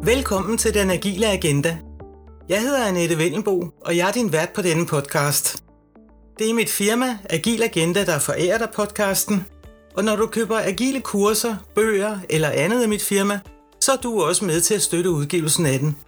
Velkommen til Den Agile Agenda. Jeg hedder Annette Vendelbo, og jeg er din vært på denne podcast. Det er mit firma, Agile Agenda, der forærer dig podcasten, og når du køber agile kurser, bøger eller andet af mit firma, så er du også med til at støtte udgivelsen af den.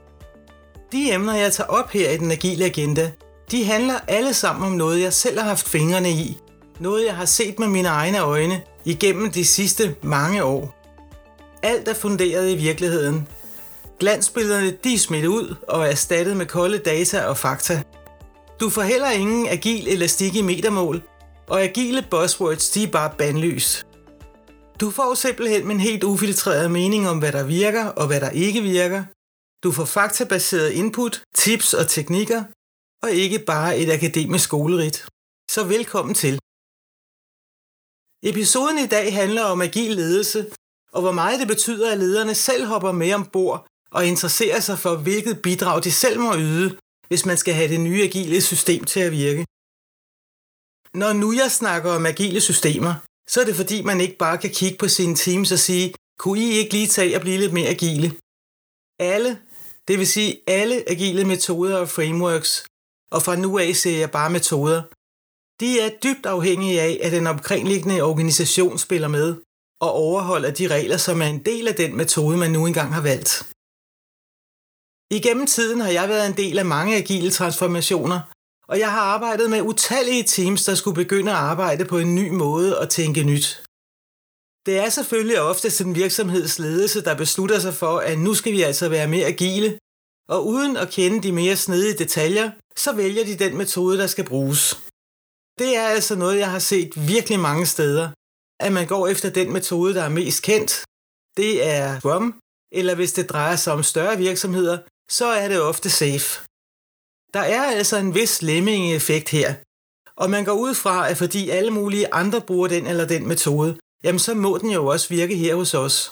De emner, jeg tager op her i Den Agile Agenda, de handler alle sammen om noget, jeg selv har haft fingrene i. Noget, jeg har set med mine egne øjne igennem de sidste mange år. Alt er funderet i virkeligheden. Glansbillederne de er smidt ud og er erstattet med kolde data og fakta. Du får heller ingen agil elastik i metermål, og agile buzzwords de er bare bandlys. Du får simpelthen en helt ufiltreret mening om, hvad der virker og hvad der ikke virker. Du får faktabaseret input, tips og teknikker, og ikke bare et akademisk skolerit. Så velkommen til. Episoden i dag handler om agil ledelse, og hvor meget det betyder, at lederne selv hopper med ombord og interesserer sig for, hvilket bidrag de selv må yde, hvis man skal have det nye agile system til at virke. Når nu jeg snakker om agile systemer, så er det fordi, man ikke bare kan kigge på sine teams og sige, kunne I ikke lige tage og blive lidt mere agile? Alle, det vil sige alle agile metoder og frameworks, og fra nu af ser jeg bare metoder, de er dybt afhængige af, at den omkringliggende organisation spiller med og overholder de regler, som er en del af den metode, man nu engang har valgt. Igennem tiden har jeg været en del af mange agile transformationer, og jeg har arbejdet med utallige teams, der skulle begynde at arbejde på en ny måde og tænke nyt. Det er selvfølgelig ofte en virksomhedsledelse, der beslutter sig for, at nu skal vi altså være mere agile, og uden at kende de mere snedige detaljer, så vælger de den metode, der skal bruges. Det er altså noget, jeg har set virkelig mange steder, at man går efter den metode, der er mest kendt. Det er Scrum, eller hvis det drejer sig om større virksomheder, så er det ofte SAFe. Der er altså en vis lemming-effekt her, og man går ud fra, at fordi alle mulige andre bruger den eller den metode, jamen så må den jo også virke her hos os.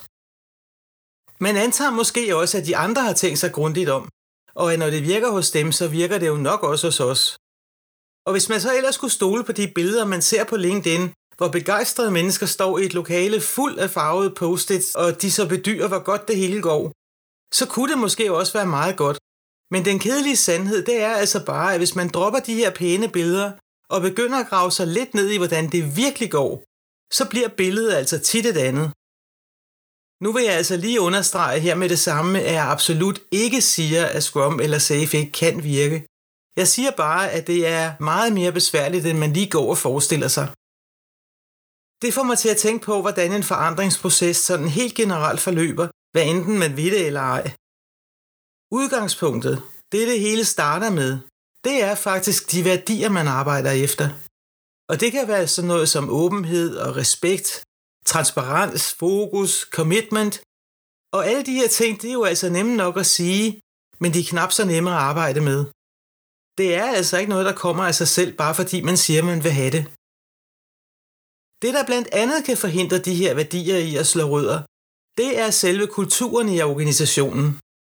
Man antager måske også, at de andre har tænkt sig grundigt om, og at når det virker hos dem, så virker det jo nok også hos os. Og hvis man så ellers skulle stole på de billeder, man ser på LinkedIn, hvor begejstrede mennesker står i et lokale fuld af farvede post-its, og de så bedyrer, hvor godt det hele går, så kunne det måske også være meget godt. Men den kedelige sandhed, det er altså bare, at hvis man dropper de her pæne billeder, og begynder at grave sig lidt ned i, hvordan det virkelig går, så bliver billedet altså tit et andet. Nu vil jeg altså lige understrege her med det samme, at jeg absolut ikke siger, at Scrum eller SAFe ikke kan virke. Jeg siger bare, at det er meget mere besværligt, end man lige går og forestiller sig. Det får mig til at tænke på, hvordan en forandringsproces sådan helt generelt forløber, hvad enten man vil det eller ej. Udgangspunktet, det hele starter med, det er faktisk de værdier, man arbejder efter. Og det kan være sådan noget som åbenhed og respekt, transparens, fokus, commitment. Og alle de her ting, det er jo altså nemme nok at sige, men de er knap så nemme at arbejde med. Det er altså ikke noget, der kommer af sig selv, bare fordi man siger, man vil have det. Det, der blandt andet kan forhindre de her værdier i at slå rødder, det er selve kulturen i organisationen.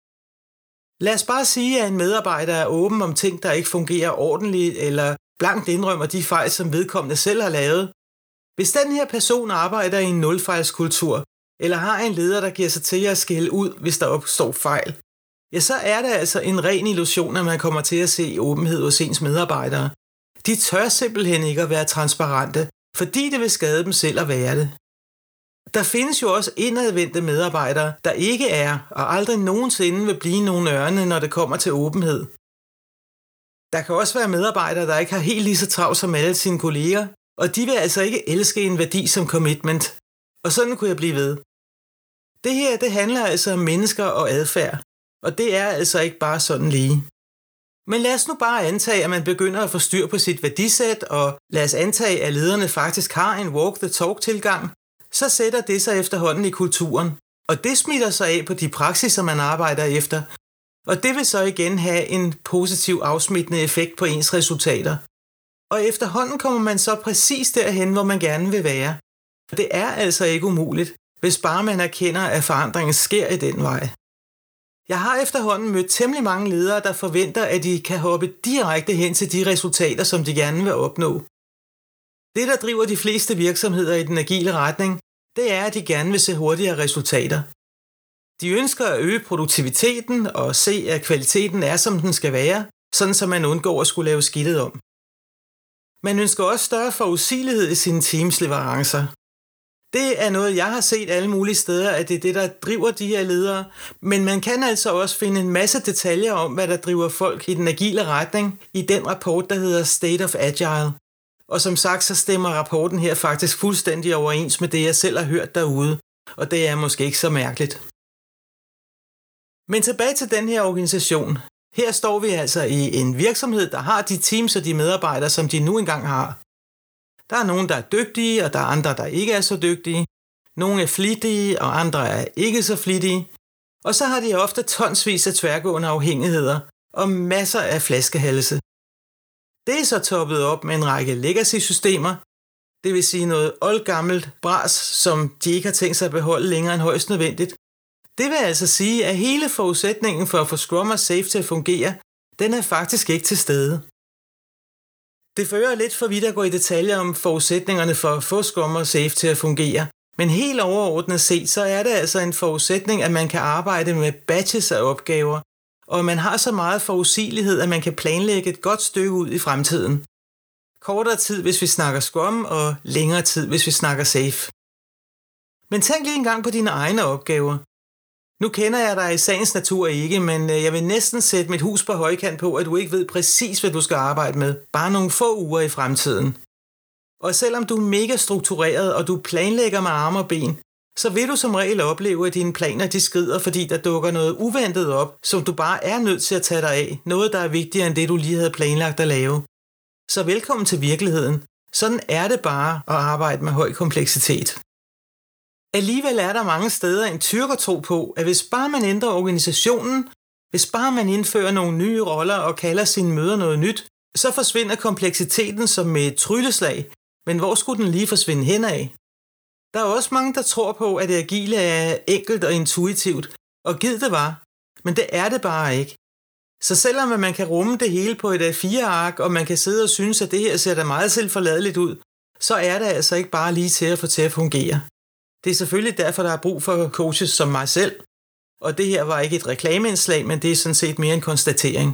Lad os bare sige, at en medarbejder er åben om ting, der ikke fungerer ordentligt, eller blankt indrømmer de fejl, som vedkommende selv har lavet. Hvis den her person arbejder i en nulfejlskultur, eller har en leder, der giver sig til at skælde ud, hvis der opstår fejl, ja, så er det altså en ren illusion, at man kommer til at se åbenhed hos ens medarbejdere. De tør simpelthen ikke at være transparente, fordi det vil skade dem selv at være det. Der findes jo også indadvendte medarbejdere, der ikke er og aldrig nogensinde vil blive nogen ørne, når det kommer til åbenhed. Der kan også være medarbejdere, der ikke har helt lige så travlt som alle sine kolleger, og de vil altså ikke elske en værdi som commitment. Og sådan kunne jeg blive ved. Det her, det handler altså om mennesker og adfærd, og det er altså ikke bare sådan lige. Men lad os nu bare antage, at man begynder at få styr på sit værdisæt, og lad os antage, at lederne faktisk har en walk-the-talk-tilgang, så sætter det sig efterhånden i kulturen, og det smitter sig af på de praksiser, man arbejder efter, og det vil så igen have en positiv afsmittende effekt på ens resultater. Og efterhånden kommer man så præcis derhen, hvor man gerne vil være. Og det er altså ikke umuligt, hvis bare man erkender, at forandringen sker i den vej. Jeg har efterhånden mødt temmelig mange ledere, der forventer, at de kan hoppe direkte hen til de resultater, som de gerne vil opnå. Det, der driver de fleste virksomheder i den agile retning, det er, at de gerne vil se hurtigere resultater. De ønsker at øge produktiviteten og se, at kvaliteten er, som den skal være, sådan så man undgår at skulle lave skidtet om. Man ønsker også større forudsigelighed i sine teams leverancer. Det er noget, jeg har set alle mulige steder, at det er det, der driver de her ledere, men man kan altså også finde en masse detaljer om, hvad der driver folk i den agile retning i den rapport, der hedder State of Agile. Og som sagt, så stemmer rapporten her faktisk fuldstændig overens med det, jeg selv har hørt derude, og det er måske ikke så mærkeligt. Men tilbage til den her organisation. Her står vi altså i en virksomhed, der har de teams og de medarbejdere, som de nu engang har. Der er nogen, der er dygtige, og der er andre, der ikke er så dygtige. Nogle er flittige, og andre er ikke så flittige. Og så har de ofte tonsvis af tværgående afhængigheder og masser af flaskehalse. Det er så toppet op med en række legacy-systemer, det vil sige noget oldgammelt bras, som de ikke har tænkt sig at beholde længere end højst nødvendigt. Det vil altså sige, at hele forudsætningen for at få Scrum og Safe til at fungere, den er faktisk ikke til stede. Det fører lidt for vidt at gå i detaljer om forudsætningerne for at få Scrum og Safe til at fungere, men helt overordnet set, så er det altså en forudsætning, at man kan arbejde med batches af opgaver, og at man har så meget forudsigelighed, at man kan planlægge et godt stykke ud i fremtiden. Kortere tid, hvis vi snakker Scrum, og længere tid, hvis vi snakker Safe. Men tænk lige engang på dine egne opgaver. Nu kender jeg dig i sagens natur ikke, men jeg vil næsten sætte mit hus på højkant på, at du ikke ved præcis, hvad du skal arbejde med, bare nogle få uger i fremtiden. Og selvom du er mega struktureret, og du planlægger med arme og ben, så vil du som regel opleve, at dine planer de skrider, fordi der dukker noget uventet op, som du bare er nødt til at tage dig af, noget der er vigtigere end det, du lige havde planlagt at lave. Så velkommen til virkeligheden. Sådan er det bare at arbejde med høj kompleksitet. Alligevel er der mange steder en tyrkertro på, at hvis bare man ændrer organisationen, hvis bare man indfører nogle nye roller og kalder sine møder noget nyt, så forsvinder kompleksiteten som med et trylleslag, men hvor skulle den lige forsvinde hen af? Der er også mange, der tror på, at det agile er enkelt og intuitivt, og gid det var, men det er det bare ikke. Så selvom man kan rumme det hele på et A4-ark, og man kan sidde og synes, at det her ser da meget selvforladeligt ud, så er det altså ikke bare lige til at få til at fungere. Det er selvfølgelig derfor, der er brug for coaches som mig selv, og det her var ikke et reklameindslag, men det er sådan set mere en konstatering.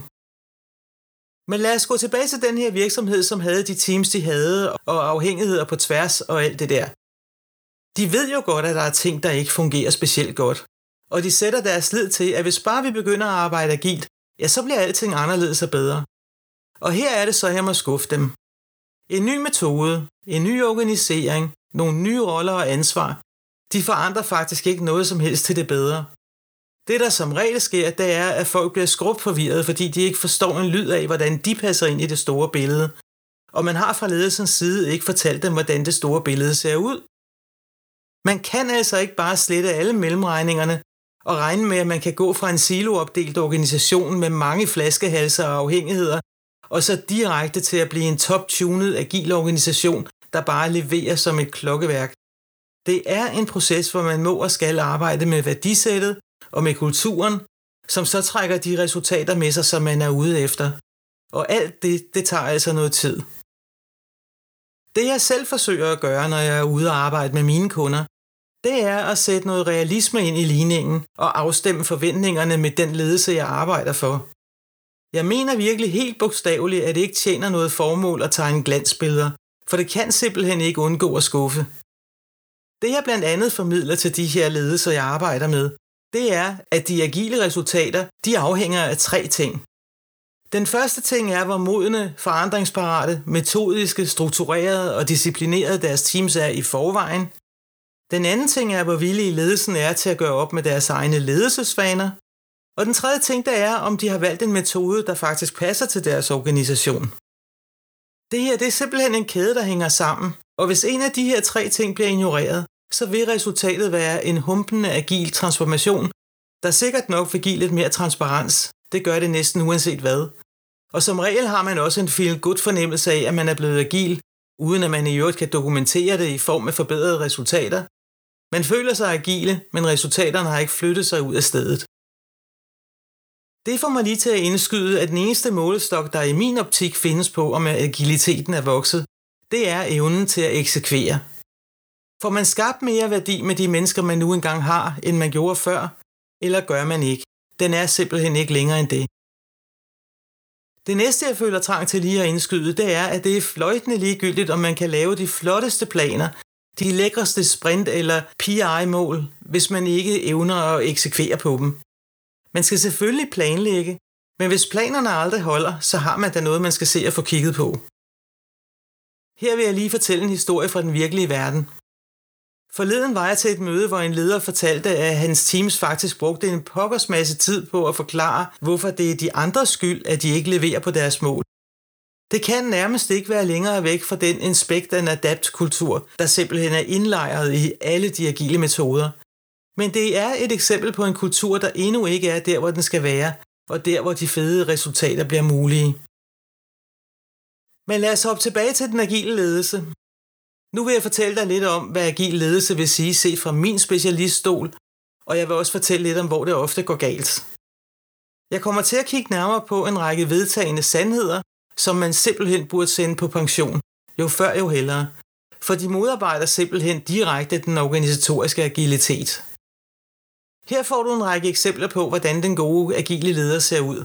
Men lad os gå tilbage til den her virksomhed, som havde de teams, de havde, og afhængigheder på tværs og alt det der. De ved jo godt, at der er ting, der ikke fungerer specielt godt, og de sætter deres lid til, at hvis bare vi begynder at arbejde agilt, ja, så bliver alting anderledes og bedre. Og her er det så, jeg må skuffe dem. En ny metode, en ny organisering, nogle nye roller og ansvar, de forandrer faktisk ikke noget som helst til det bedre. Det, der som regel sker, det er, at folk bliver skrupforvirret, fordi de ikke forstår en lyd af, hvordan de passer ind i det store billede. Og man har fra ledelsens side ikke fortalt dem, hvordan det store billede ser ud. Man kan altså ikke bare slette alle mellemregningerne og regne med, at man kan gå fra en siloopdelt organisation med mange flaskehalser og afhængigheder, og så direkte til at blive en top-tunet agil organisation, der bare leverer som et klokkeværk. Det er en proces, hvor man må og skal arbejde med værdisættet og med kulturen, som så trækker de resultater med sig, som man er ude efter. Og alt det tager altså noget tid. Det jeg selv forsøger at gøre, når jeg er ude og arbejde med mine kunder, det er at sætte noget realisme ind i ligningen og afstemme forventningerne med den ledelse, jeg arbejder for. Jeg mener virkelig helt bogstaveligt, at det ikke tjener noget formål at tegne glansbilleder, for det kan simpelthen ikke undgå at skuffe. Det jeg blandt andet formidler til de her ledelser, jeg arbejder med, det er, at de agile resultater, de afhænger af 3 ting. Den første ting er, hvor modne, forandringsparate, metodiske, strukturerede og disciplinerede deres teams er i forvejen. Den anden ting er, hvor villige ledelsen er til at gøre op med deres egne ledelsesvaner. Og den tredje ting, der er, om de har valgt en metode, der faktisk passer til deres organisation. Det her det er simpelthen en kæde, der hænger sammen, og hvis en af de her 3 ting bliver ignoreret, så vil resultatet være en humpende agil transformation, der sikkert nok vil give lidt mere transparens. Det gør det næsten uanset hvad. Og som regel har man også en feel-good fornemmelse af, at man er blevet agil, uden at man i øvrigt kan dokumentere det i form af forbedrede resultater. Man føler sig agile, men resultaterne har ikke flyttet sig ud af stedet. Det får mig lige til at indskyde, at den eneste målestok, der i min optik findes på, om agiliteten er vokset, det er evnen til at eksekvere. Får man skabt mere værdi med de mennesker, man nu engang har, end man gjorde før, eller gør man ikke? Den er simpelthen ikke længere end det. Det næste, jeg føler trang til lige at indskyde, det er, at det er fløjtende ligegyldigt, om man kan lave de flotteste planer, de lækreste sprint- eller PI-mål, hvis man ikke evner at eksekvere på dem. Man skal selvfølgelig planlægge, men hvis planerne aldrig holder, så har man da noget, man skal se og få kigget på. Her vil jeg lige fortælle en historie fra den virkelige verden. Forleden var jeg til et møde, hvor en leder fortalte, at hans teams faktisk brugte en pokkers masse tid på at forklare, hvorfor det er de andres skyld, at de ikke leverer på deres mål. Det kan nærmest ikke være længere væk fra den inspect and adapt-kultur, der simpelthen er indlejret i alle de agile metoder. Men det er et eksempel på en kultur, der endnu ikke er der, hvor den skal være, og der, hvor de fede resultater bliver mulige. Men lad os hoppe tilbage til den agile ledelse. Nu vil jeg fortælle dig lidt om, hvad agil ledelse vil sige set fra min specialiststol, og jeg vil også fortælle lidt om, hvor det ofte går galt. Jeg kommer til at kigge nærmere på en række vedtagende sandheder, som man simpelthen burde sende på pension, jo før jo hellere, for de modarbejder simpelthen direkte den organisatoriske agilitet. Her får du en række eksempler på, hvordan den gode agile leder ser ud.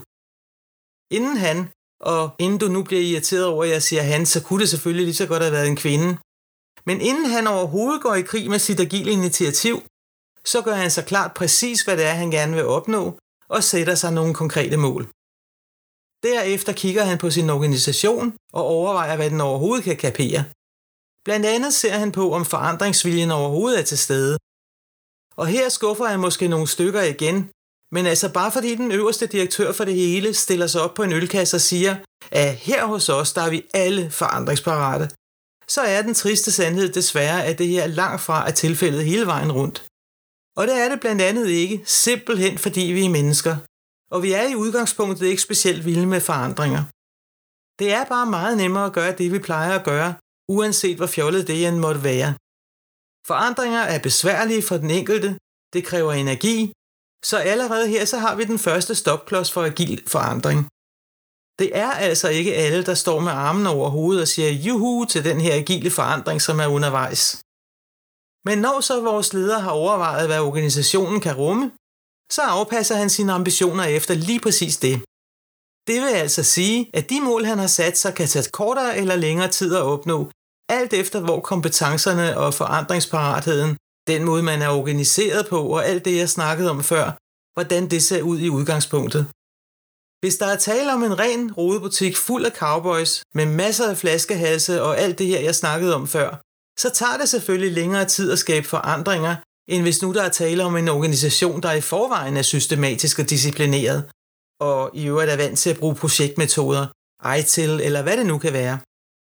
Inden du nu bliver irriteret over, at jeg siger han, så kunne det selvfølgelig lige så godt have været en kvinde. Men inden han overhovedet går i krig med sit agile initiativ, så gør han sig klart præcis, hvad det er, han gerne vil opnå, og sætter sig nogle konkrete mål. Derefter kigger han på sin organisation og overvejer, hvad den overhovedet kan kapere. Blandt andet ser han på, om forandringsviljen overhovedet er til stede. Og her skuffer han måske nogle stykker igen, men altså bare fordi den øverste direktør for det hele stiller sig op på en ølkasse og siger, at her hos os, der er vi alle forandringsparate, så er den triste sandhed desværre, at det her langt fra er tilfældet hele vejen rundt. Og det er det blandt andet ikke, simpelthen fordi vi er mennesker. Og vi er i udgangspunktet ikke specielt vilde med forandringer. Det er bare meget nemmere at gøre det, vi plejer at gøre, uanset hvor fjollet det end måtte være. Forandringer er besværlige for den enkelte, det kræver energi, så allerede her så har vi den første stopklods for agil forandring. Det er altså ikke alle, der står med armen over hovedet og siger juhu til den her agile forandring, som er undervejs. Men når så vores leder har overvejet, hvad organisationen kan rumme, så afpasser han sine ambitioner efter lige præcis det. Det vil altså sige, at de mål, han har sat sig, kan tage kortere eller længere tid at opnå, alt efter hvor kompetencerne og forandringsparatheden, den måde man er organiseret på og alt det, jeg snakkede om før, hvordan det ser ud i udgangspunktet. Hvis der er tale om en ren rodebutik fuld af cowboys med masser af flaskehalse og alt det her, jeg snakkede om før, så tager det selvfølgelig længere tid at skabe forandringer, end hvis nu der er tale om en organisation, der i forvejen er systematisk og disciplineret, og i øvrigt er vant til at bruge projektmetoder, ITIL eller hvad det nu kan være.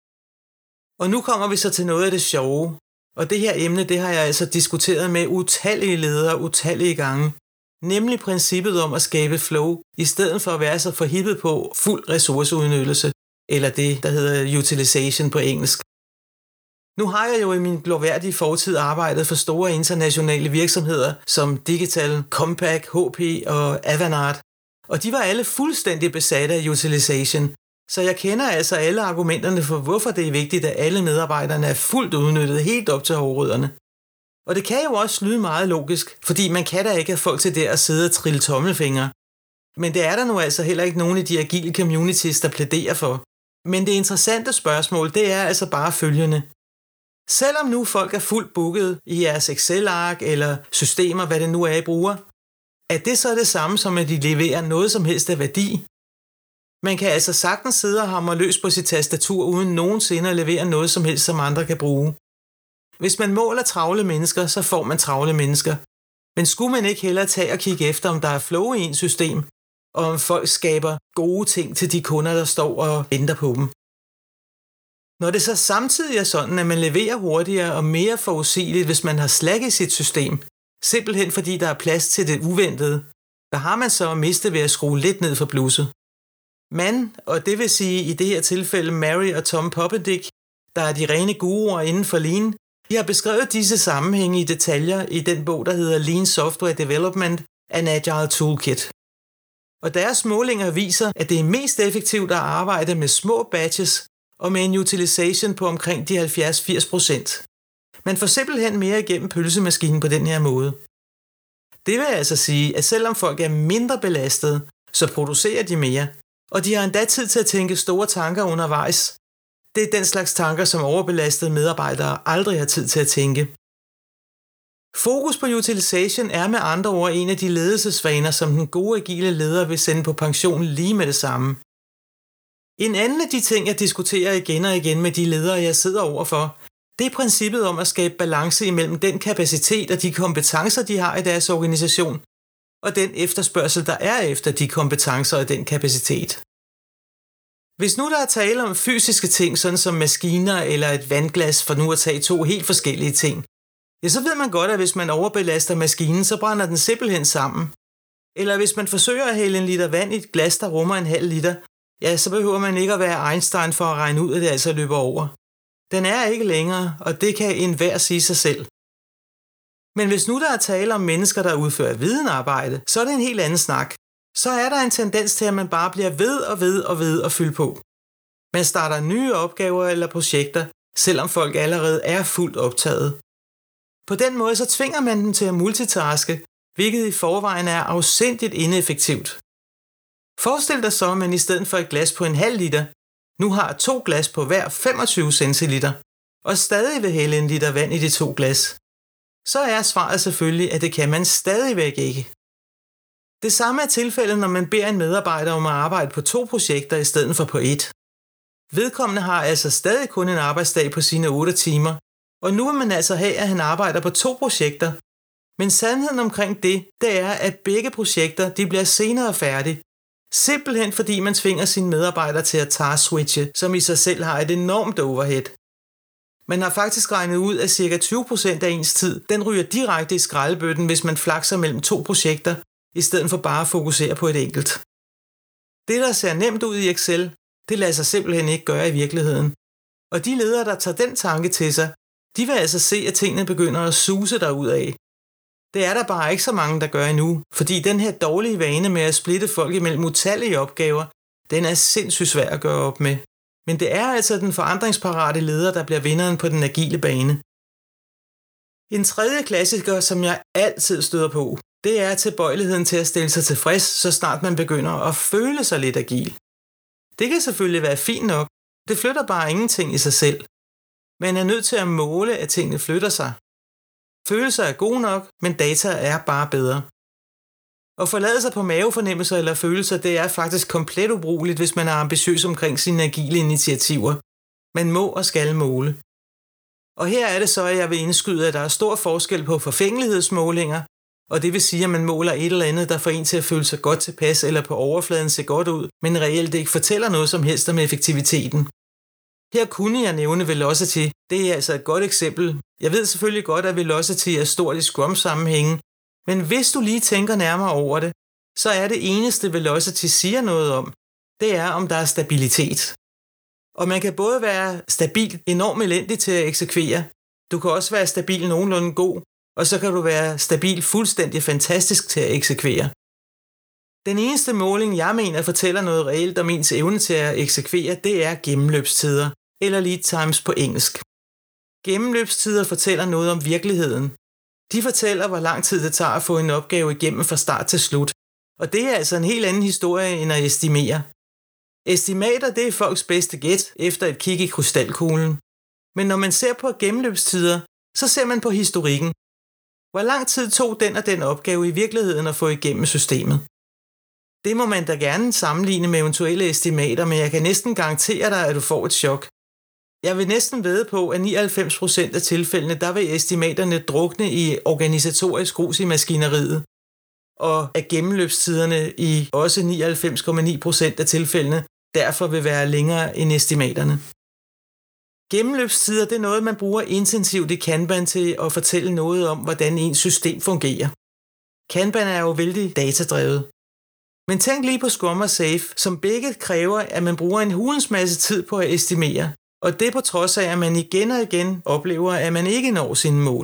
Og nu kommer vi så til noget af det sjove, og det her emne, det har jeg altså diskuteret med utallige ledere utallige gange, nemlig princippet om at skabe flow, i stedet for at være så forhippet på fuld ressourceudnyttelse, eller det, der hedder utilization på engelsk. Nu har jeg jo i min glorværdige fortid arbejdet for store internationale virksomheder som Digital, Compaq, HP og Avanade, og de var alle fuldstændig besatte af utilization, så jeg kender altså alle argumenterne for, hvorfor det er vigtigt, at alle medarbejderne er fuldt udnyttet helt op til hårrødderne. Og det kan jo også lyde meget logisk, fordi man kan da ikke have folk til der at sidde og trille tommelfingre. Men det er der nu altså heller ikke nogen af de agile communities, der plæderer for. Men det interessante spørgsmål, det er altså bare følgende. Selvom nu folk er fuldt booket i jeres Excel-ark eller systemer, hvad det nu er, I bruger, er det så det samme som, at de leverer noget som helst af værdi? Man kan altså sagtens sidde og hamre løs på sit tastatur, uden nogensinde at levere noget som helst, som andre kan bruge. Hvis man måler travle mennesker, så får man travle mennesker. Men skulle man ikke hellere tage og kigge efter, om der er flow i en system, og om folk skaber gode ting til de kunder, der står og venter på dem? Når det så samtidig er sådan, at man leverer hurtigere og mere forudsigeligt, hvis man har slag i sit system, simpelthen fordi der er plads til det uventede, der har man så at miste ved at skrue lidt ned for blusset. Man, og det vil sige i det her tilfælde Mary og Tom Poppedick, der er de rene guruer inden for Lean, de har beskrevet disse sammenhænge i detaljer i den bog, der hedder Lean Software Development, An Agile Toolkit. Og deres målinger viser, at det er mest effektivt at arbejde med små batches og med en utilization på omkring de 70-80%. Man får simpelthen mere igennem pølsemaskinen på den her måde. Det vil altså sige, at selvom folk er mindre belastede, så producerer de mere, og de har endda tid til at tænke store tanker undervejs. Det er den slags tanker, som overbelastede medarbejdere aldrig har tid til at tænke. Fokus på utilization er med andre ord en af de ledelsesvaner, som den gode agile leder vil sende på pension lige med det samme. En anden af de ting, jeg diskuterer igen og igen med de ledere, jeg sidder overfor, det er princippet om at skabe balance imellem den kapacitet og de kompetencer, de har i deres organisation, og den efterspørgsel, der er efter de kompetencer og den kapacitet. Hvis nu der er tale om fysiske ting, sådan som maskiner eller et vandglas, for nu at tage to helt forskellige ting, ja, så ved man godt, at hvis man overbelaster maskinen, så brænder den simpelthen sammen. Eller hvis man forsøger at hælde en liter vand i et glas, der rummer en halv liter, ja, så behøver man ikke at være Einstein for at regne ud, at det altså løber over. Den er ikke længere, og det kan enhver sige sig selv. Men hvis nu der er tale om mennesker, der udfører videnarbejde, så er det en helt anden snak. Så er der en tendens til, at man bare bliver ved og fylde på. Man starter nye opgaver eller projekter, selvom folk allerede er fuldt optaget. På den måde så tvinger man dem til at multitaske, hvilket i forvejen er afsindigt ineffektivt. Forestil dig så, at man i stedet for et glas på en halv liter, nu har 2 glas på hver 25 centiliter, og stadig vil hælde en liter vand i de 2 glas. Så er svaret selvfølgelig, at det kan man stadigvæk ikke. Det samme er tilfældet, når man beder en medarbejder om at arbejde på 2 projekter i stedet for på 1. Vedkommende har altså stadig kun en arbejdsdag på sine 8 timer, og nu vil man altså have, at han arbejder på 2 projekter. Men sandheden omkring det er, at begge projekter de bliver senere færdige. Simpelthen fordi man tvinger sine medarbejdere til at task-switche, som i sig selv har et enormt overhead. Man har faktisk regnet ud, at ca. 20% af ens tid, den ryger direkte i skraldebøtten, hvis man flakser mellem 2 projekter, i stedet for bare at fokusere på et enkelt. Det, der ser nemt ud i Excel, det lader sig simpelthen ikke gøre i virkeligheden. Og de ledere, der tager den tanke til sig, de vil altså se, at tingene begynder at suse derudad. Det er der bare ikke så mange, der gør endnu, fordi den her dårlige vane med at splitte folk imellem utallige opgaver, den er sindssygt svær at gøre op med. Men det er altså den forandringsparate leder, der bliver vinderen på den agile bane. En tredje klassiker, som jeg altid støder på, det er tilbøjeligheden til at stille sig tilfreds, så snart man begynder at føle sig lidt agil. Det kan selvfølgelig være fint nok, det flytter bare ingenting i sig selv. Man er nødt til at måle, at tingene flytter sig. Følelser er gode nok, men data er bare bedre. At forlade sig på mavefornemmelser eller følelser, det er faktisk komplet ubrugeligt, hvis man er ambitiøs omkring sine agile initiativer. Man må og skal måle. Og her er det så, at jeg vil indskyde, at der er stor forskel på forfængelighedsmålinger, og det vil sige, at man måler et eller andet, der får en til at føle sig godt tilpas eller på overfladen ser godt ud, men reelt ikke fortæller noget som helst om effektiviteten. Her kunne jeg nævne velocity. Det er altså et godt eksempel. Jeg ved selvfølgelig godt, at velocity er stort i Scrum-sammenhænge, men hvis du lige tænker nærmere over det, så er det eneste velocity siger noget om, det er, om der er stabilitet. Og man kan både være stabil enormt elendig til at eksekvere, du kan også være stabil nogenlunde god, og så kan du være stabil fuldstændig fantastisk til at eksekvere. Den eneste måling, jeg mener fortæller noget reelt om ens evne til at eksekvere, det er gennemløbstider, eller lead times på engelsk. Gennemløbstider fortæller noget om virkeligheden. De fortæller, hvor lang tid det tager at få en opgave igennem fra start til slut. Og det er altså en helt anden historie end at estimere. Estimater, det er folks bedste gæt efter et kig i krystalkuglen. Men når man ser på gennemløbstider, så ser man på historikken. Hvor lang tid tog den og den opgave i virkeligheden at få igennem systemet? Det må man da gerne sammenligne med eventuelle estimater, men jeg kan næsten garantere dig, at du får et chok. Jeg vil næsten vædde på, at 99% af tilfældene, der vil estimaterne drukne i organisatorisk grus i maskineriet, og at gennemløbstiderne i også 99,9% af tilfældene derfor vil være længere end estimaterne. Gennemløbstider, det er noget, man bruger intensivt i Kanban til at fortælle noget om, hvordan ens system fungerer. Kanban er jo vældig datadrevet. Men tænk lige på Scrum og Safe, som begge kræver, at man bruger en hulens masse tid på at estimere, og det på trods af, at man igen og igen oplever, at man ikke når sine mål.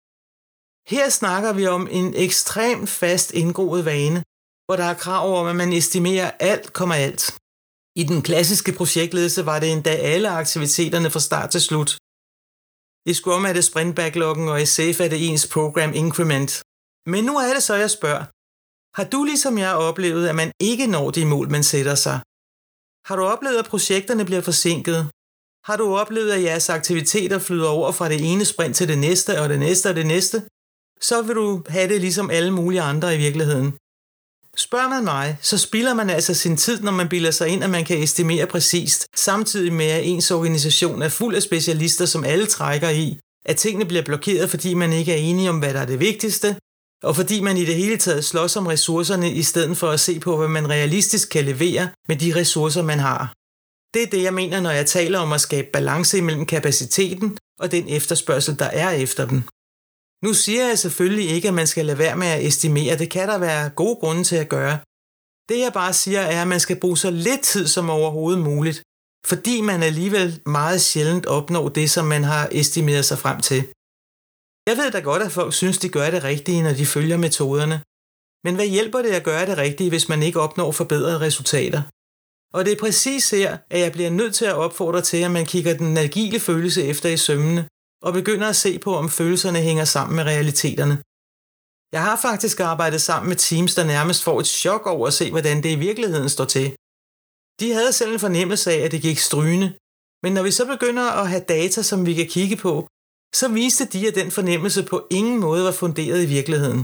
Her snakker vi om en ekstremt fast indgroet vane, hvor der er krav om, at man estimerer alt. I den klassiske projektledelse var det endda alle aktiviteterne fra start til slut. I Scrum er det sprint backloggen, og i Safe er det ens program increment. Men nu er det så, jeg spørger. Har du ligesom jeg oplevet, at man ikke når de mål, man sætter sig? Har du oplevet, at projekterne bliver forsinket? Har du oplevet, at jeres aktiviteter flyder over fra det ene sprint til det næste, og det næste og det næste? Så vil du have det ligesom alle mulige andre i virkeligheden. Spørger man mig, så spilder man altså sin tid, når man bilder sig ind, at man kan estimere præcist, samtidig med at ens organisation er fuld af specialister, som alle trækker i, at tingene bliver blokeret, fordi man ikke er enige om, hvad der er det vigtigste, og fordi man i det hele taget slås om ressourcerne, i stedet for at se på, hvad man realistisk kan levere med de ressourcer, man har. Det er det, jeg mener, når jeg taler om at skabe balance imellem kapaciteten og den efterspørgsel, der er efter den. Nu siger jeg selvfølgelig ikke, at man skal lade være med at estimere. Det kan der være gode grunde til at gøre. Det jeg bare siger er, at man skal bruge så lidt tid som overhovedet muligt, fordi man alligevel meget sjældent opnår det, som man har estimeret sig frem til. Jeg ved da godt, at folk synes, de gør det rigtige, når de følger metoderne. Men hvad hjælper det at gøre det rigtige, hvis man ikke opnår forbedrede resultater? Og det er præcis her, at jeg bliver nødt til at opfordre til, at man kigger den agile følelse efter i sømmene, og begynder at se på, om følelserne hænger sammen med realiteterne. Jeg har faktisk arbejdet sammen med teams, der nærmest får et chok over at se, hvordan det i virkeligheden står til. De havde selv en fornemmelse af, at det gik strygende, men når vi så begynder at have data, som vi kan kigge på, så viste de, at den fornemmelse på ingen måde var funderet i virkeligheden.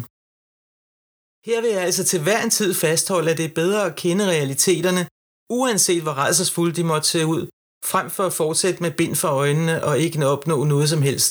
Her vil jeg altså til hver en tid fastholde, at det er bedre at kende realiteterne, uanset hvor rædselsfulde de måtte se ud, frem for at fortsætte med bind for øjnene og ikke opnå noget som helst.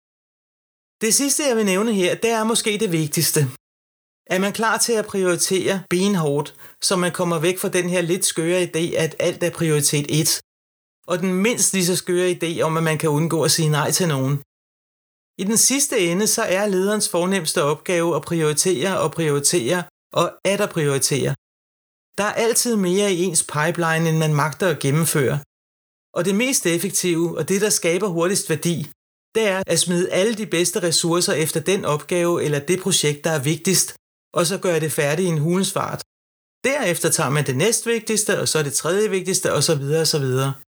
Det sidste, jeg vil nævne her, det er måske det vigtigste. Er man klar til at prioritere benhårdt, så man kommer væk fra den her lidt skøre idé, at alt er prioritet 1, og den mindst lige så skøre idé om, at man kan undgå at sige nej til nogen. I den sidste ende, så er lederens fornemste opgave at prioritere og atter prioritere. Der er altid mere i ens pipeline, end man magter at gennemføre. Og det mest effektive, og det der skaber hurtigst værdi, det er at smide alle de bedste ressourcer efter den opgave eller det projekt, der er vigtigst, og så gøre det færdigt i en hulens fart. Derefter tager man det næstvigtigste, og så det tredje vigtigste, osv. osv.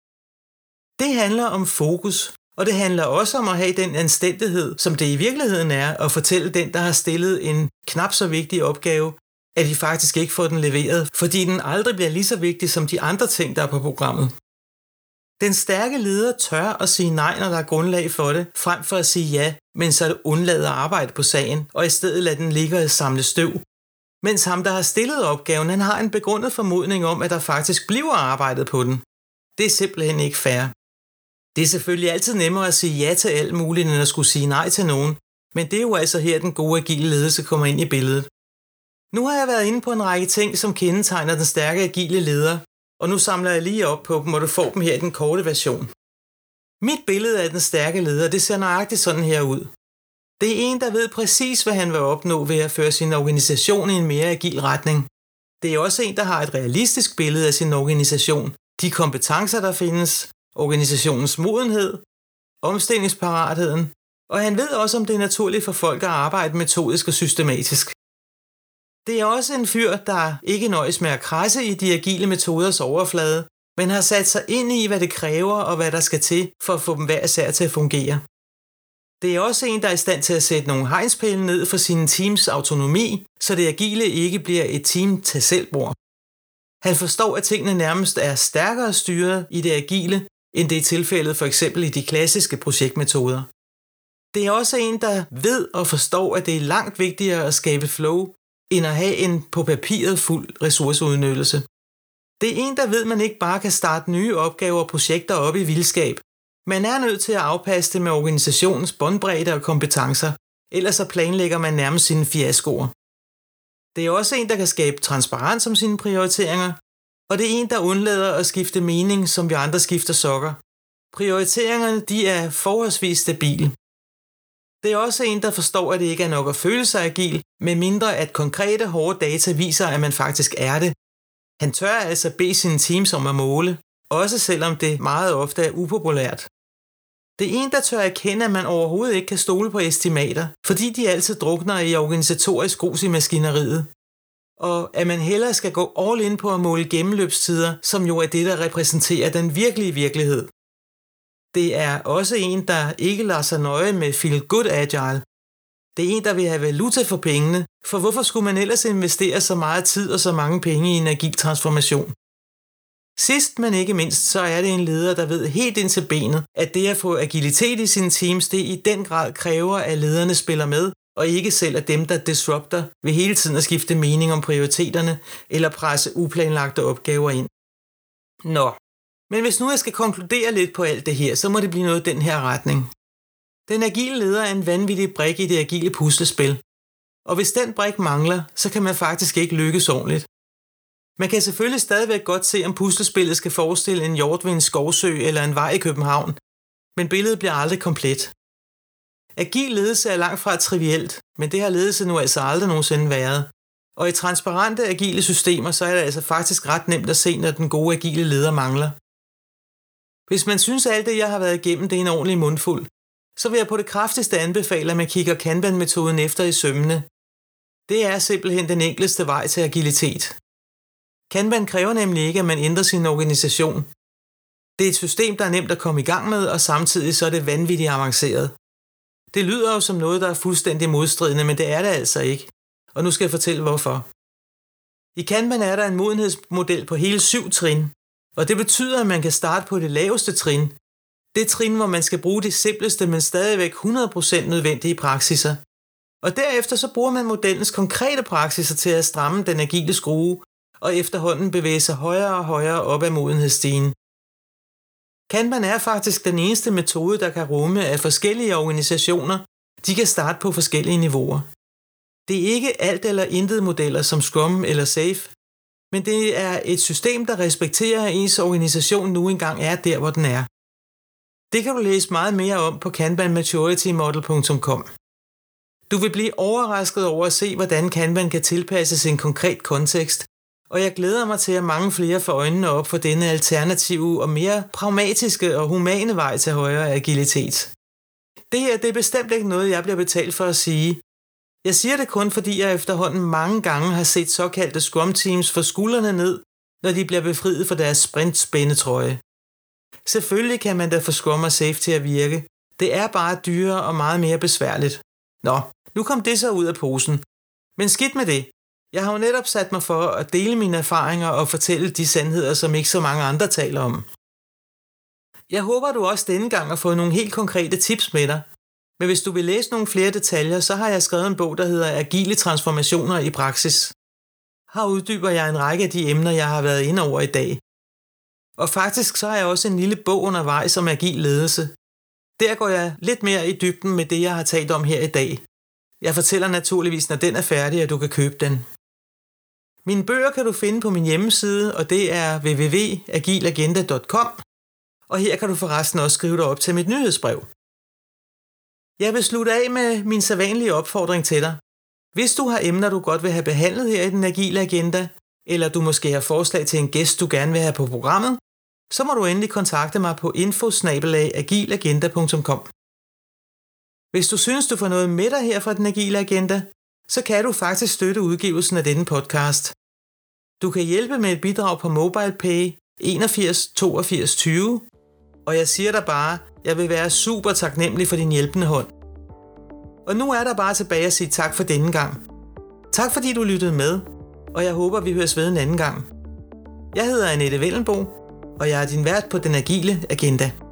Det handler om fokus, og det handler også om at have den anstændighed, som det i virkeligheden er, at fortælle den, der har stillet en knap så vigtig opgave, at de faktisk ikke får den leveret, fordi den aldrig bliver lige så vigtig som de andre ting, der er på programmet. Den stærke leder tør at sige nej, når der er grundlag for det, frem for at sige ja, men så undlader at arbejde på sagen, og i stedet lader den ligge og samle støv. Mens ham, der har stillet opgaven, han har en begrundet formodning om, at der faktisk bliver arbejdet på den. Det er simpelthen ikke fair. Det er selvfølgelig altid nemmere at sige ja til alt muligt, end at skulle sige nej til nogen, men det er jo altså her, den gode agile ledelse kommer ind i billedet. Nu har jeg været inde på en række ting, som kendetegner den stærke agile leder, og nu samler jeg lige op på dem, og du får dem her i den korte version. Mit billede af den stærke leder, det ser nøjagtigt sådan her ud. Det er en, der ved præcis, hvad han vil opnå ved at føre sin organisation i en mere agil retning. Det er også en, der har et realistisk billede af sin organisation, de kompetencer, der findes, organisationens modenhed, omstillingsparatheden, og han ved også, om det er naturligt for folk at arbejde metodisk og systematisk. Det er også en fyr, der ikke nøjes med at krasse i de agile metoders overflade, men har sat sig ind i, hvad det kræver og hvad der skal til for at få dem hver især til at fungere. Det er også en, der er i stand til at sætte nogle hegnspæle ned for sine teams autonomi, så det agile ikke bliver et team til selvbord. Han forstår, at tingene nærmest er stærkere styret i det agile, end det er tilfældet for eksempel i de klassiske projektmetoder. Det er også en, der ved og forstår, at det er langt vigtigere at skabe flow, end at have en på papiret fuld ressourceudnyttelse. Det er en, der ved, at man ikke bare kan starte nye opgaver og projekter op i vildskab. Man er nødt til at afpasse det med organisationens båndbredde og kompetencer, ellers så planlægger man nærmest sine fiaskoer. Det er også en, der kan skabe transparens om sine prioriteringer, og det er en, der undlader at skifte mening, som vi andre skifter sokker. Prioriteringerne, de er forholdsvis stabile. Det er også en, der forstår, at det ikke er nok at føle sig agil, medmindre at konkrete hårde data viser, at man faktisk er det. Han tør altså bede sine teams om at måle, også selvom det meget ofte er upopulært. Det er en, der tør erkende, at man overhovedet ikke kan stole på estimater, fordi de altid drukner i organisatorisk grus i maskineriet. Og at man hellere skal gå all in på at måle gennemløbstider, som jo er det, der repræsenterer den virkelige virkelighed. Det er også en, der ikke lader sig nøje med feel good agile. Det er en, der vil have valuta for pengene, for hvorfor skulle man ellers investere så meget tid og så mange penge i en agil transformation? Sidst, men ikke mindst, så er det en leder, der ved helt ind til benet, at det at få agilitet i sine teams, det i den grad kræver, at lederne spiller med, og ikke selv er dem, der disrupter ved hele tiden at skifte mening om prioriteterne eller presse uplanlagte opgaver ind. Nå, men hvis nu jeg skal konkludere lidt på alt det her, så må det blive noget i den her retning. Den agile leder er en vanvittig brik i det agile puslespil, og hvis den brik mangler, så kan man faktisk ikke lykkes ordentligt. Man kan selvfølgelig stadigvæk godt se, om puslespillet skal forestille en hjort ved en skovsø eller en vej i København, men billedet bliver aldrig komplet. Agil ledelse er langt fra trivielt, men det har ledelse nu altså aldrig nogensinde været. Og i transparente agile systemer, så er det altså faktisk ret nemt at se, når den gode agile leder mangler. Hvis man synes, at alt det, jeg har været igennem, det er en ordentlig mundfuld, så vil jeg på det kraftigste anbefale, at man kigger Kanban-metoden efter i sømmene. Det er simpelthen den enkleste vej til agilitet. Kanban kræver nemlig ikke, at man ændrer sin organisation. Det er et system, der er nemt at komme i gang med, og samtidig så er det vanvittigt avanceret. Det lyder jo som noget, der er fuldstændig modstridende, men det er det altså ikke. Og nu skal jeg fortælle hvorfor. I Kanban er der en modenhedsmodel på hele 7 trin, og det betyder, at man kan starte på det laveste trin. Det trin, hvor man skal bruge de simpleste, men stadigvæk 100% nødvendige praksiser. Og derefter så bruger man modellens konkrete praksiser til at stramme den agile skrue, og efterhånden bevæge sig højere og højere op ad modenhedsstigen. Kanban er faktisk den eneste metode, der kan rumme, at forskellige organisationer, de kan starte på forskellige niveauer. Det er ikke alt eller intet modeller som Scrum eller SAFe, men det er et system, der respekterer, at ens organisation nu engang er der, hvor den er. Det kan du læse meget mere om på kanbanmaturitymodel.com. Du vil blive overrasket over at se, hvordan Kanban kan tilpasses en konkret kontekst, og jeg glæder mig til, at mange flere får øjnene op for denne alternative og mere pragmatiske og humane vej til højere agilitet. Det her det er bestemt ikke noget, jeg bliver betalt for at sige. Jeg siger det kun, fordi jeg efterhånden mange gange har set såkaldte Scrum-teams få skuldrene ned, når de bliver befriet fra deres sprintspændetrøje. Selvfølgelig kan man da få Scrum og SAFe til at virke. Det er bare dyrere og meget mere besværligt. Nå, nu kom det så ud af posen. Men skidt med det. Jeg har jo netop sat mig for at dele mine erfaringer og fortælle de sandheder, som ikke så mange andre taler om. Jeg håber, du også denne gang har fået nogle helt konkrete tips med dig. Men hvis du vil læse nogle flere detaljer, så har jeg skrevet en bog, der hedder Agile transformationer i praksis. Her uddyber jeg en række af de emner, jeg har været inde over i dag. Og faktisk så har jeg også en lille bog undervejs om agil ledelse. Der går jeg lidt mere i dybden med det, jeg har talt om her i dag. Jeg fortæller naturligvis, når den er færdig, at du kan købe den. Mine bøger kan du finde på min hjemmeside, og det er www.agilagenda.com. Og her kan du forresten også skrive dig op til mit nyhedsbrev. Jeg vil slutte af med min sædvanlige opfordring til dig. Hvis du har emner, du godt vil have behandlet her i den agile agenda, eller du måske har forslag til en gæst, du gerne vil have på programmet, så må du endelig kontakte mig på info@agilagenda.com. Hvis du synes, du får noget med dig her fra den agile agenda, så kan du faktisk støtte udgivelsen af denne podcast. Du kan hjælpe med et bidrag på MobilePay 81 82 20, og jeg siger dig bare, jeg vil være super taknemmelig for din hjælpende hånd. Og nu er der bare tilbage at sige tak for denne gang. Tak fordi du lyttede med, og jeg håber, vi høres ved en anden gang. Jeg hedder Annette Wellenbo, og jeg er din vært på den agile agenda.